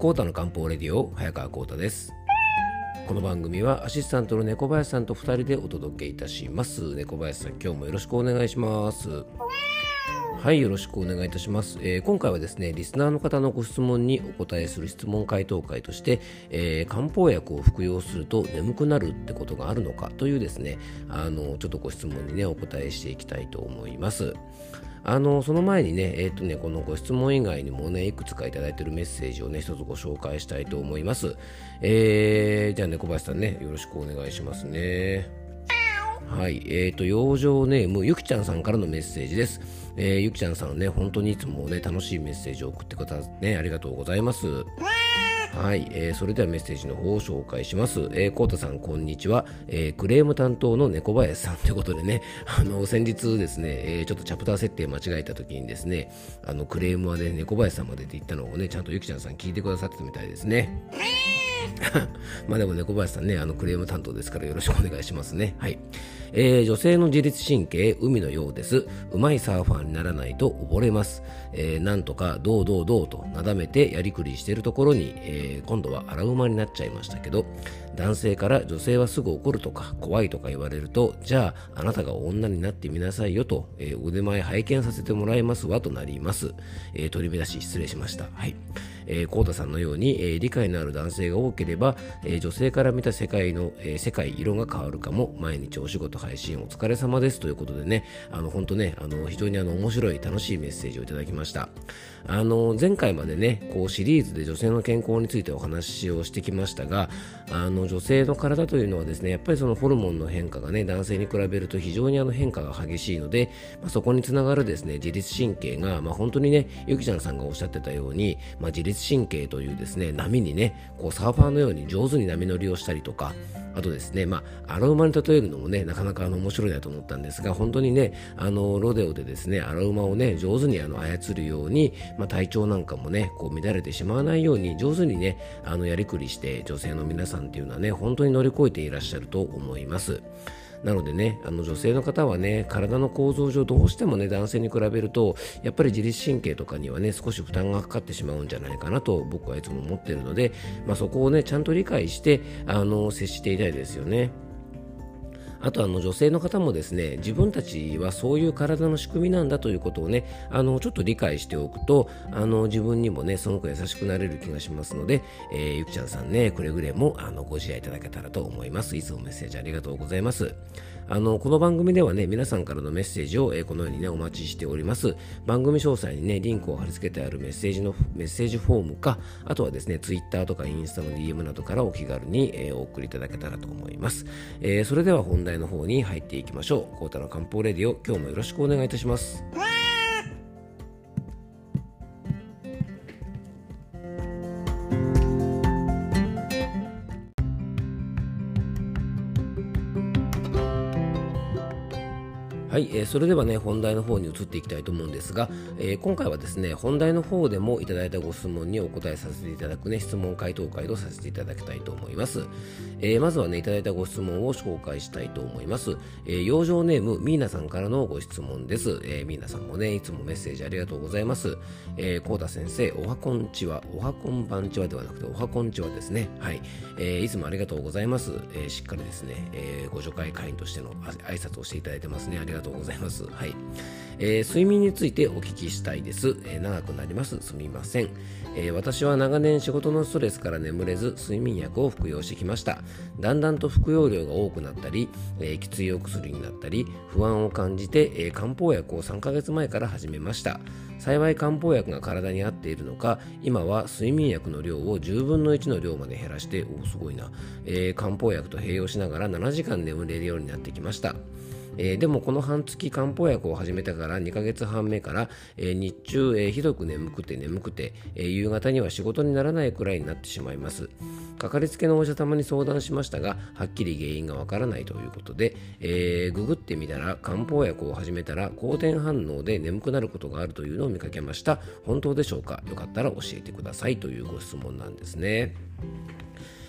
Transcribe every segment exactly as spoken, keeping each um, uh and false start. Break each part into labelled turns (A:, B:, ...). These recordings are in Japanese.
A: コータの漢方レディオ、早川コータです。この番組はアシスタントの猫林さんとふたりでお届けいたします。猫林さん、今日もよろしくお願いします。はい、よろしくお願いいたします。えー、今回はですね、リスナーの方のご質問にお答えする質問回答会として、えー、漢方薬を服用すると眠くなるってことがあるのかというですね、あのちょっとご質問にねお答えしていきたいと思います。あのその前にね、えーとね、このご質問以外にもねいくつかいただいているメッセージをね一つご紹介したいと思います。えー、じゃあ猫林さんね、よろしくお願いしますね。はい、えーと養生ネームゆきちゃんさんからのメッセージです。えー、ゆきちゃんさんね、本当にいつもね楽しいメッセージを送ってくださってね、ありがとうございます。はい、えー、それではメッセージの方を紹介します。えー、コウタさん、こんにちは。えー、クレーム担当の猫林さんということでね、あの先日ですね、えー、ちょっとチャプター設定間違えた時にですね、あのクレームはね猫林さんまでって言ったのをね、ちゃんとゆきちゃんさん聞いてくださってたみたいですね。まあでも猫林さんね、あのクレーム担当ですからよろしくお願いしますね。はい、えー、女性の自律神経海のようです。うまいサーファーにならないと溺れます。えー、なんとかどうどうどうとなだめてやりくりしているところに、えー、今度は荒馬になっちゃいましたけど、男性から女性はすぐ怒るとか怖いとか言われると、じゃああなたが女になってみなさいよと、えー、腕前拝見させてもらいますわとなります。えー、取り乱し失礼しました。はい、えー、コウタさんのように、えー、理解のある男性が多ければ、えー、女性から見た世界の、えー、世界色が変わるかも。毎日お仕事配信お疲れ様ですということでね、あの本当ね、あの非常にあの面白い楽しいメッセージをいただきました。あの前回までね、こうシリーズで女性の健康についてお話をしてきましたが、あの女性の体というのはですね、やっぱりそのホルモンの変化がね男性に比べると非常にあの変化が激しいので、まあ、そこにつながるですね自律神経が、まあ、本当にねゆきちゃんさんがおっしゃってたように、まあ、自律神経というですね波にねこうサーファーのように上手に波乗りをしたりとか、あとですね、まあ、荒馬に例えるのもねなかなかあの面白いなと思ったんですが、本当にねあのロデオでですね荒馬をね上手にあの操るように、まあ、体調なんかもねこう乱れてしまわないように上手にねあのやりくりして、女性の皆さんっていうのはね本当に乗り越えていらっしゃると思います。なのでね、あの女性の方はね体の構造上どうしてもね男性に比べるとやっぱり自律神経とかにはね少し負担がかかってしまうんじゃないかなと僕はいつも思っているので、まあ、そこをねちゃんと理解してあの接していたいですよね。あとあの女性の方もですね、自分たちはそういう体の仕組みなんだということをねあのちょっと理解しておくと、あの自分にもねすごく優しくなれる気がしますので、えー、ゆきちゃんさんねくれぐれもあのご自愛いただけたらと思います。いつもメッセージありがとうございます。あのこの番組ではね皆さんからのメッセージを、えー、このようにねお待ちしております。番組詳細にねリンクを貼り付けてあるメッセージのメッセージフォームか、あとはですねツイッターとかインスタの ディーエム などからお気軽に、えー、お送りいただけたらと思います。えー、それでは本題の方に入っていきましょう。コウタの漢方レディオ、今日もよろしくお願いいたします。はい、えー、それではね本題の方に移っていきたいと思うんですが、えー、今回はですね本題の方でもいただいたご質問にお答えさせていただくね質問回答会とさせていただきたいと思います。えー、まずはねいただいたご質問を紹介したいと思います。えー、養生ネームミーナさんからのご質問です。えー、ミーナさんもねいつもメッセージありがとうございます。えー、コウタ先生、おはこんちは、おはこんばんちはではなくておはこんちはですね。はい、えー、いつもありがとうございます。えー、しっかりですね、えー、ご助会会員としての挨拶をしていただいてますね。ありがとうございます。はい、えー、睡眠についてお聞きしたいです。えー、長くなります。すみません。えー、私は長年仕事のストレスから眠れず睡眠薬を服用してきました。だんだんと服用量が多くなったり、えー、きついお薬になったり不安を感じて、えー、漢方薬をさんかげつまえから始めました。幸い漢方薬が体に合っているのか、今は睡眠薬の量をじゅうぶんのいちの量まで減らして、おすごいな、えー、漢方薬と併用しながらななじかん眠れるようになってきました。えー、でもこの半月漢方薬を始めたからにかげつはんめから、えー、日中、えー、ひどく眠くて眠くて、えー、夕方には仕事にならないくらいになってしまいます。かかりつけのお医者様に相談しましたが、はっきり原因がわからないということで、えー、ググってみたら漢方薬を始めたら好転反応で眠くなることがあるというのを見かけました。本当でしょうか？よかったら教えてくださいというご質問なんですね。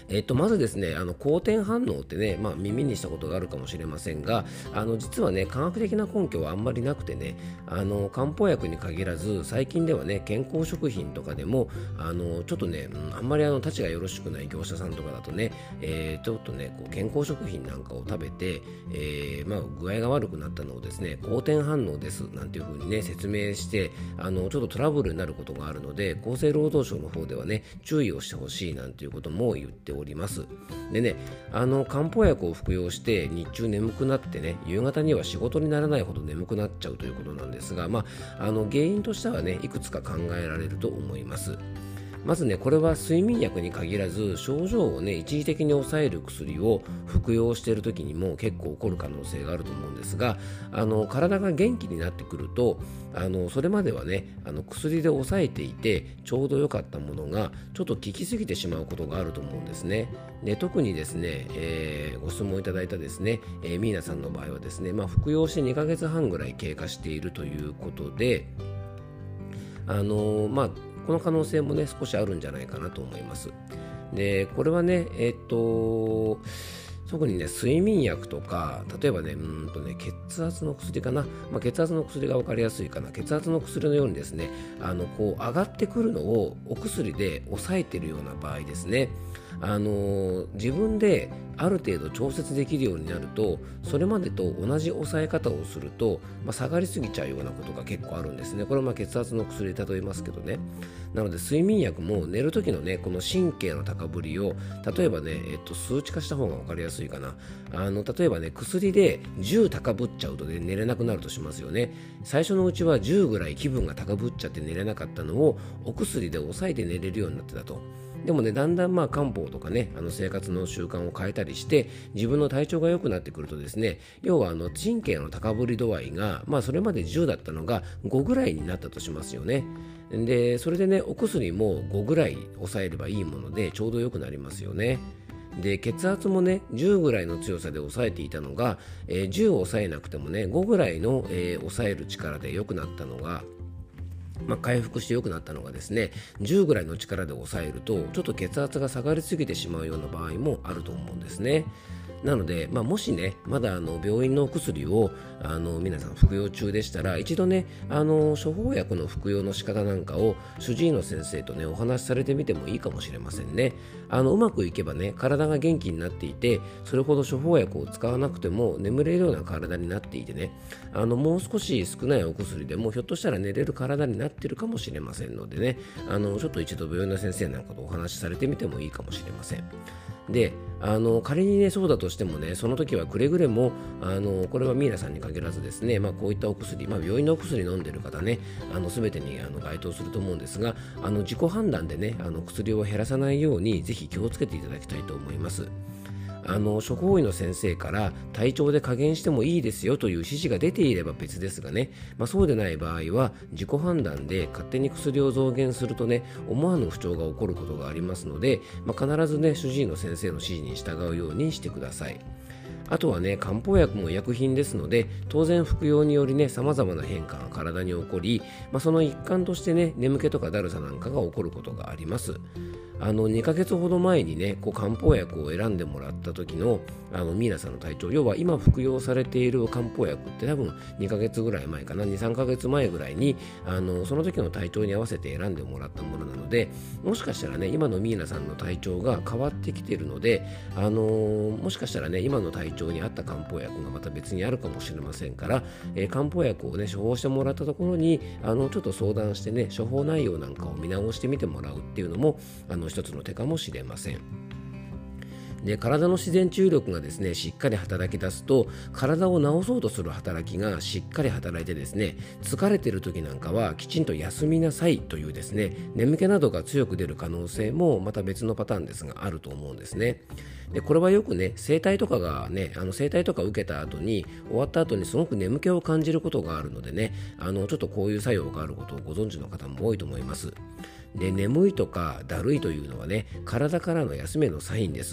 A: えっと、まずですね、あの好転反応ってね、まあ、耳にしたことがあるかもしれませんが、あの実はね、科学的な根拠はあんまりなくてね、あの漢方薬に限らず、最近ではね、健康食品とかでも、あのちょっとね、うん、あんまりあの立ちがよろしくない業者さんとかだとね、えー、ちょっとね、こう健康食品なんかを食べて、えーまあ、具合が悪くなったのをですね、好転反応ですなんていう風にね、説明して、あのちょっとトラブルになることがあるので、厚生労働省の方ではね、注意をしてほしいなんていうことも言っております。でね、あの漢方薬を服用して日中眠くなってね、夕方には仕事にならないほど眠くなっちゃうということなんですが、まあ、あの原因としてはね、いくつか考えられると思います。まずね、これは睡眠薬に限らず、症状をね、一時的に抑える薬を服用している時にも結構起こる可能性があると思うんですが、あの体が元気になってくると、あのそれまではね、あの薬で抑えていてちょうど良かったものがちょっと効きすぎてしまうことがあると思うんですね。で、特にですね、えーご質問いただいたですね、えーミーナさんの場合はですね、まあ、服用してにかげつはんぐらい経過しているということで、あのーまあこの可能性もね、少しあるんじゃないかなと思います。で、これはね、えっと特にね、睡眠薬とか、例えばね、うんとね、血圧の薬かな、まあ、血圧の薬が分かりやすいかな、血圧の薬のようにですね、あのこう上がってくるのをお薬で抑えているような場合ですね、あのー自分である程度調節できるようになると、それまでと同じ抑え方をすると、まあ、下がりすぎちゃうようなことが結構あるんですね。これはまあ血圧の薬で例えますけどね。なので睡眠薬も寝る時のね、この神経の高ぶりを例えばね、えっと、数値化した方が分かりやすいかな。あの例えばね、薬でじゅう高ぶっちゃうと、ね、寝れなくなるとしますよね。最初のうちはじゅうぐらい気分が高ぶっちゃって寝れなかったのをお薬で抑えて寝れるようになってたと。でもね、だんだんまあ漢方とかね、あの生活の習慣を変えたりして自分の体調が良くなってくるとですね、要はあの神経の高ぶり度合いが、まあ、それまでじゅうだったのがごぐらいになったとしますよね。で、それでね、お薬もごぐらい抑えればいいものでちょうど良くなりますよね。で、血圧もね、じゅうぐらいの強さで抑えていたのが、えーじゅうを抑えなくてもね、ごぐらいの、えー抑える力で良くなったのが、まあ、回復して良くなったのがですね、じゅうぐらいの力で抑えるとちょっと血圧が下がりすぎてしまうような場合もあると思うんですね。なので、まあ、もしね、まだあの病院のお薬をあの皆さん服用中でしたら、一度ね、あの処方薬の服用の仕方なんかを主治医の先生とね、お話しされてみてもいいかもしれませんね。あのうまくいけばね、体が元気になっていて、それほど処方薬を使わなくても眠れるような体になっていてね、あのもう少し少ないお薬でもひょっとしたら寝れる体になっているかもしれませんのでね、あのちょっと一度病院の先生なんかとお話しされてみてもいいかもしれません。で、あの仮にね、そうだとしてもね、その時はくれぐれも、あのこれはミイラさんに限らずですね、まあ、こういったお薬、まあ、病院のお薬飲んでる方ね、あの全てにあの該当すると思うんですが、あの自己判断でね、あの薬を減らさないようにぜひ気をつけていただきたいと思います。あの処方医の先生から体調で加減してもいいですよという指示が出ていれば別ですがね、まあ、そうでない場合は自己判断で勝手に薬を増減するとね、思わぬ不調が起こることがありますので、まあ、必ずね、主治医の先生の指示に従うようにしてください。あとはね、漢方薬も医薬品ですので、当然服用によりね、様々な変化が体に起こり、まあ、その一環としてね、眠気とかだるさなんかが起こることがあります。あのにかげつほど前にね、こう漢方薬を選んでもらった時のあのミイナさんの体調、要は今服用されている漢方薬って多分にかげつぐらい前かな、にさんかげつまえぐらいにあのその時の体調に合わせて選んでもらったものなので、もしかしたらね、今のミイナさんの体調が変わってきているので、あのーもしかしたらね、今の体調に合った漢方薬がまた別にあるかもしれませんから、えー漢方薬をね、処方してもらったところにあのちょっと相談してね、処方内容なんかを見直してみてもらうっていうのもあの一つの手かもしれません。で、体の自然治癒力がですね、しっかり働き出すと、体を治そうとする働きがしっかり働いてですね、疲れている時なんかはきちんと休みなさいというですね、眠気などが強く出る可能性もまた別のパターンですがあると思うんですね。で、これはよくね、整体とかがね、あの整体とか受けた後に、終わった後にすごく眠気を感じることがあるのでね、あのちょっとこういう作用があることをご存知の方も多いと思います。で、眠いとかだるいというのはね、体からの休めのサインです。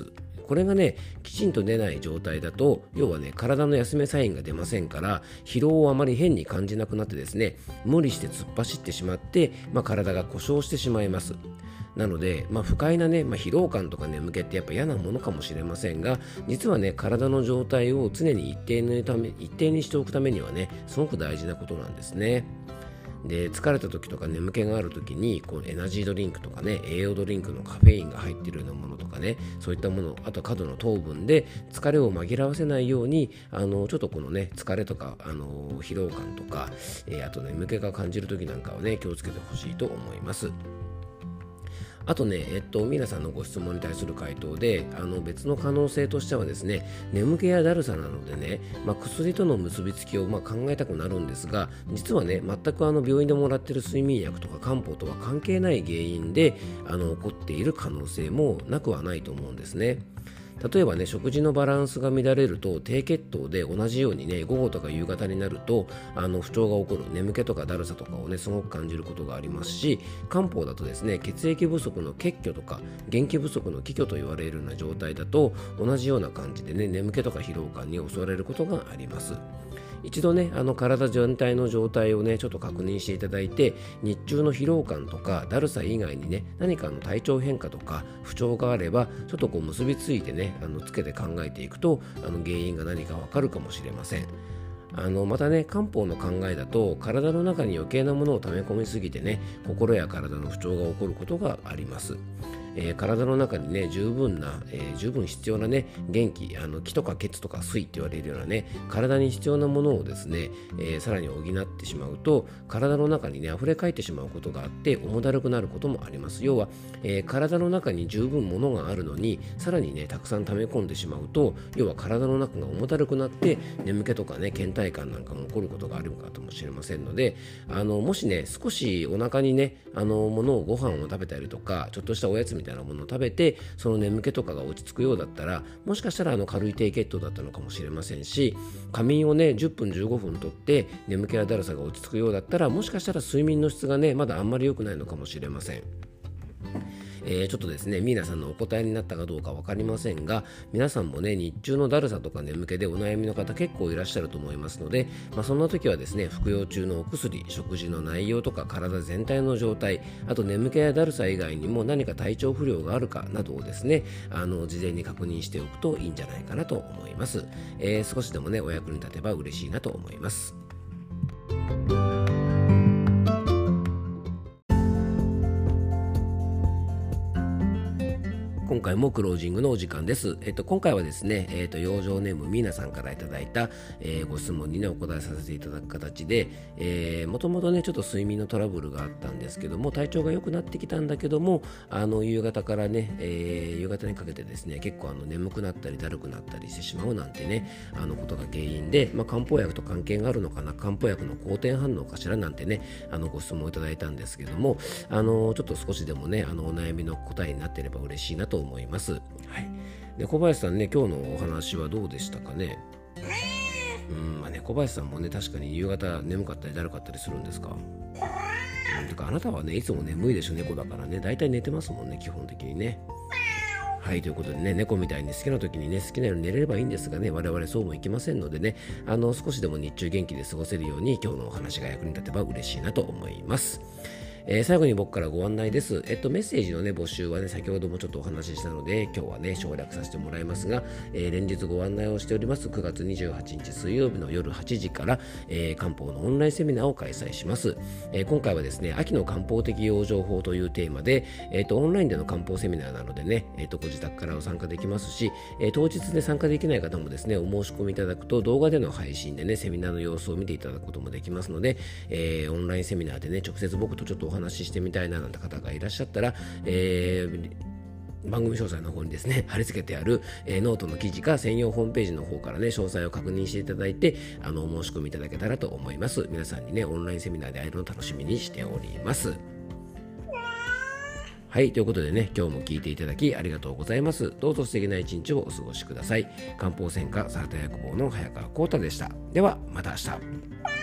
A: これがねきちんと出ない状態だと、要はね体の休めサインが出ませんから、疲労をあまり変に感じなくなってですね、無理して突っ走ってしまって、まあ、体が故障してしまいます。なので、まあ、不快なね、まあ、疲労感とか眠気ってやっぱ嫌なものかもしれませんが、実はね体の状態を常に一定のため一定にしておくためにはねすごく大事なことなんですね。で、疲れた時とか眠気がある時にこうエナジードリンクとかね、栄養ドリンクのカフェインが入っているようなものとかね、そういったもの、あと過度の糖分で疲れを紛らわせないように、あのちょっとこのね疲れとかあの疲労感とか、えー、あと眠気が感じる時なんかはね気をつけてほしいと思います。あとね、えっと、皆さんのご質問に対する回答で、あの別の可能性としてはですね、眠気やだるさなのでね、まあ、薬との結びつきをまあ考えたくなるんですが、実はね、全くあの病院でもらっている睡眠薬とか漢方とは関係ない原因であの起こっている可能性もなくはないと思うんですね。例えばね、食事のバランスが乱れると低血糖で、同じようにね午後とか夕方になるとあの不調が起こる、眠気とかだるさとかをねすごく感じることがありますし、漢方だとですね血液不足の血虚とか元気不足の気虚と言われるような状態だと、同じような感じでね眠気とか疲労感に襲われることがあります。一度ねあの体全体の状態をねちょっと確認していただいて、日中の疲労感とかだるさ以外にね何かの体調変化とか不調があれば、ちょっとこう結びついてねあのつけて考えていくと、あの原因が何かわかるかもしれません。あのまたね、漢方の考えだと体の中に余計なものを溜め込みすぎてね、心や体の不調が起こることがあります。えー、体の中にね十分な、えー、十分必要なね元気、あの気とか血とか水って言われるようなね体に必要なものをですね、えー、さらに補ってしまうと、体の中にね溢れ返ってしまうことがあって、重だるくなることもあります。要は、えー、体の中に十分ものがあるのに、さらにねたくさん溜め込んでしまうと、要は体の中が重だるくなって眠気とかね倦怠感なんかも起こることがあるかもしれませんので、あのもしね少しお腹にねあのものをご飯を食べたりとか、ちょっとしたおやつみたいなものを食べてその眠気とかが落ち着くようだったら、もしかしたらあの軽い低血糖だったのかもしれませんし、仮眠をねじゅっぷんじゅうごふんとって眠気やだるさが落ち着くようだったら、もしかしたら睡眠の質がねまだあんまり良くないのかもしれません。えー、ちょっとですね皆さんのお答えになったかどうか分かりませんが、皆さんもね日中のだるさとか眠気でお悩みの方結構いらっしゃると思いますので、まあ、そんな時はですね服用中のお薬、食事の内容とか体全体の状態、あと眠気やだるさ以外にも何か体調不良があるかなどをですねあの事前に確認しておくといいんじゃないかなと思います。えー、少しでもねお役に立てば嬉しいなと思います。今回もクロージングのお時間です。えっと、今回はですね、えっと、養生ネームミーナさんからいただいた、えー、ご質問にね、お答えさせていただく形で、えー、もともとね、ちょっと睡眠のトラブルがあったんですけども、体調が良くなってきたんだけども、あの、夕方からね、えー、夕方にかけてですね、結構あの眠くなったり、だるくなったりしてしまうなんてね、あのことが原因で、まあ、漢方薬と関係があるのかな、漢方薬の好転反応かしらなんてね、あの、ご質問いただいたんですけども、あの、ちょっと少しでもね、あの、お悩みの答えになっていれば嬉しいなと思います。はい。で、小林さんね、今日のお話はどうでしたかね。うん、まあね、小林さんもね、確かに夕方眠かったりだるかったりするんですか。うん、てかあなたはね、いつも眠いでしょ、猫だからね、だいたい寝てますもんね、基本的にね。はい、ということでね、猫みたいに好きな時にね、好きなように寝れればいいんですがね、我々そうもいきませんのでね、あの少しでも日中元気で過ごせるように、今日のお話が役に立てば嬉しいなと思います。えー、最後に僕からご案内です。えっと、メッセージのね、募集はね、先ほどもちょっとお話ししたので、今日はね、省略させてもらいますが、えー、連日ご案内をしております、くがつにじゅうはちにち水曜日の夜はちじから、えー、漢方のオンラインセミナーを開催します。えー、今回はですね、秋の漢方的養生法というテーマで、えっと、オンラインでの漢方セミナーなのでね、えっと、ご自宅から参加できますし、えー、当日で参加できない方もですね、お申し込みいただくと、動画での配信でね、セミナーの様子を見ていただくこともできますので、えー、オンラインセミナーでね、直接僕とちょっとお話ししてみたいななんて方がいらっしゃったら、えー、番組詳細の方にですね貼り付けてある、えー、ノートの記事か専用ホームページの方からね詳細を確認していただいて、あのお申し込みいただけたらと思います。皆さんにねオンラインセミナーで会えるのを楽しみにしております。はい、ということでね、今日も聞いていただきありがとうございます。どうぞ素敵な一日をお過ごしください。漢方専科サラダ薬房の早川浩太でした。ではまた明日。